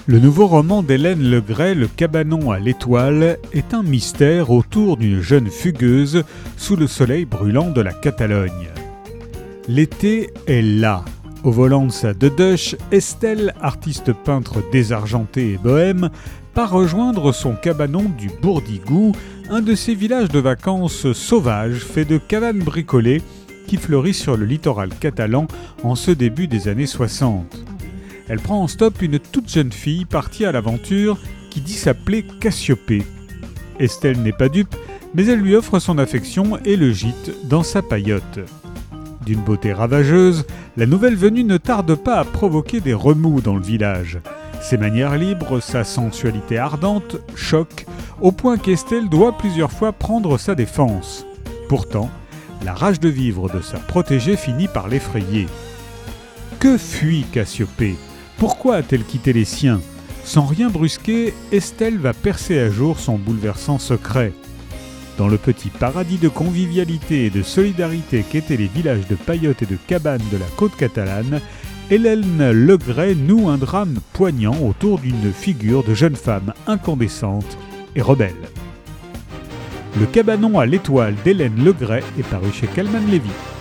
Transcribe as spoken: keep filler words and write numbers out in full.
Le nouveau roman d'Hélène Legray, Le cabanon à l'étoile, est un mystère autour d'une jeune fugueuse sous le soleil brûlant de la Catalogne. L'été est là. Au volant de sa Deduche, Estelle, artiste peintre désargentée et bohème, part rejoindre son cabanon du Bourdigou, un de ces villages de vacances sauvages faits de cabanes bricolées qui fleurissent sur le littoral catalan en ce début des années soixante. Elle prend en stop une toute jeune fille partie à l'aventure qui dit s'appeler Cassiopée. Estelle n'est pas dupe, mais elle lui offre son affection et le gîte dans sa paillote. D'une beauté ravageuse, la nouvelle venue ne tarde pas à provoquer des remous dans le village. Ses manières libres, sa sensualité ardente choquent, au point qu'Estelle doit plusieurs fois prendre sa défense. Pourtant, la rage de vivre de sa protégée finit par l'effrayer. Que fuit Cassiopée ? Pourquoi a-t-elle quitté les siens ? Sans rien brusquer, Estelle va percer à jour son bouleversant secret. Dans le petit paradis de convivialité et de solidarité qu'étaient les villages de paillotes et de cabanes de la côte catalane, Hélène Legray noue un drame poignant autour d'une figure de jeune femme incandescente et rebelle. Le cabanon à l'étoile d'Hélène Legray est paru chez Calman Lévy.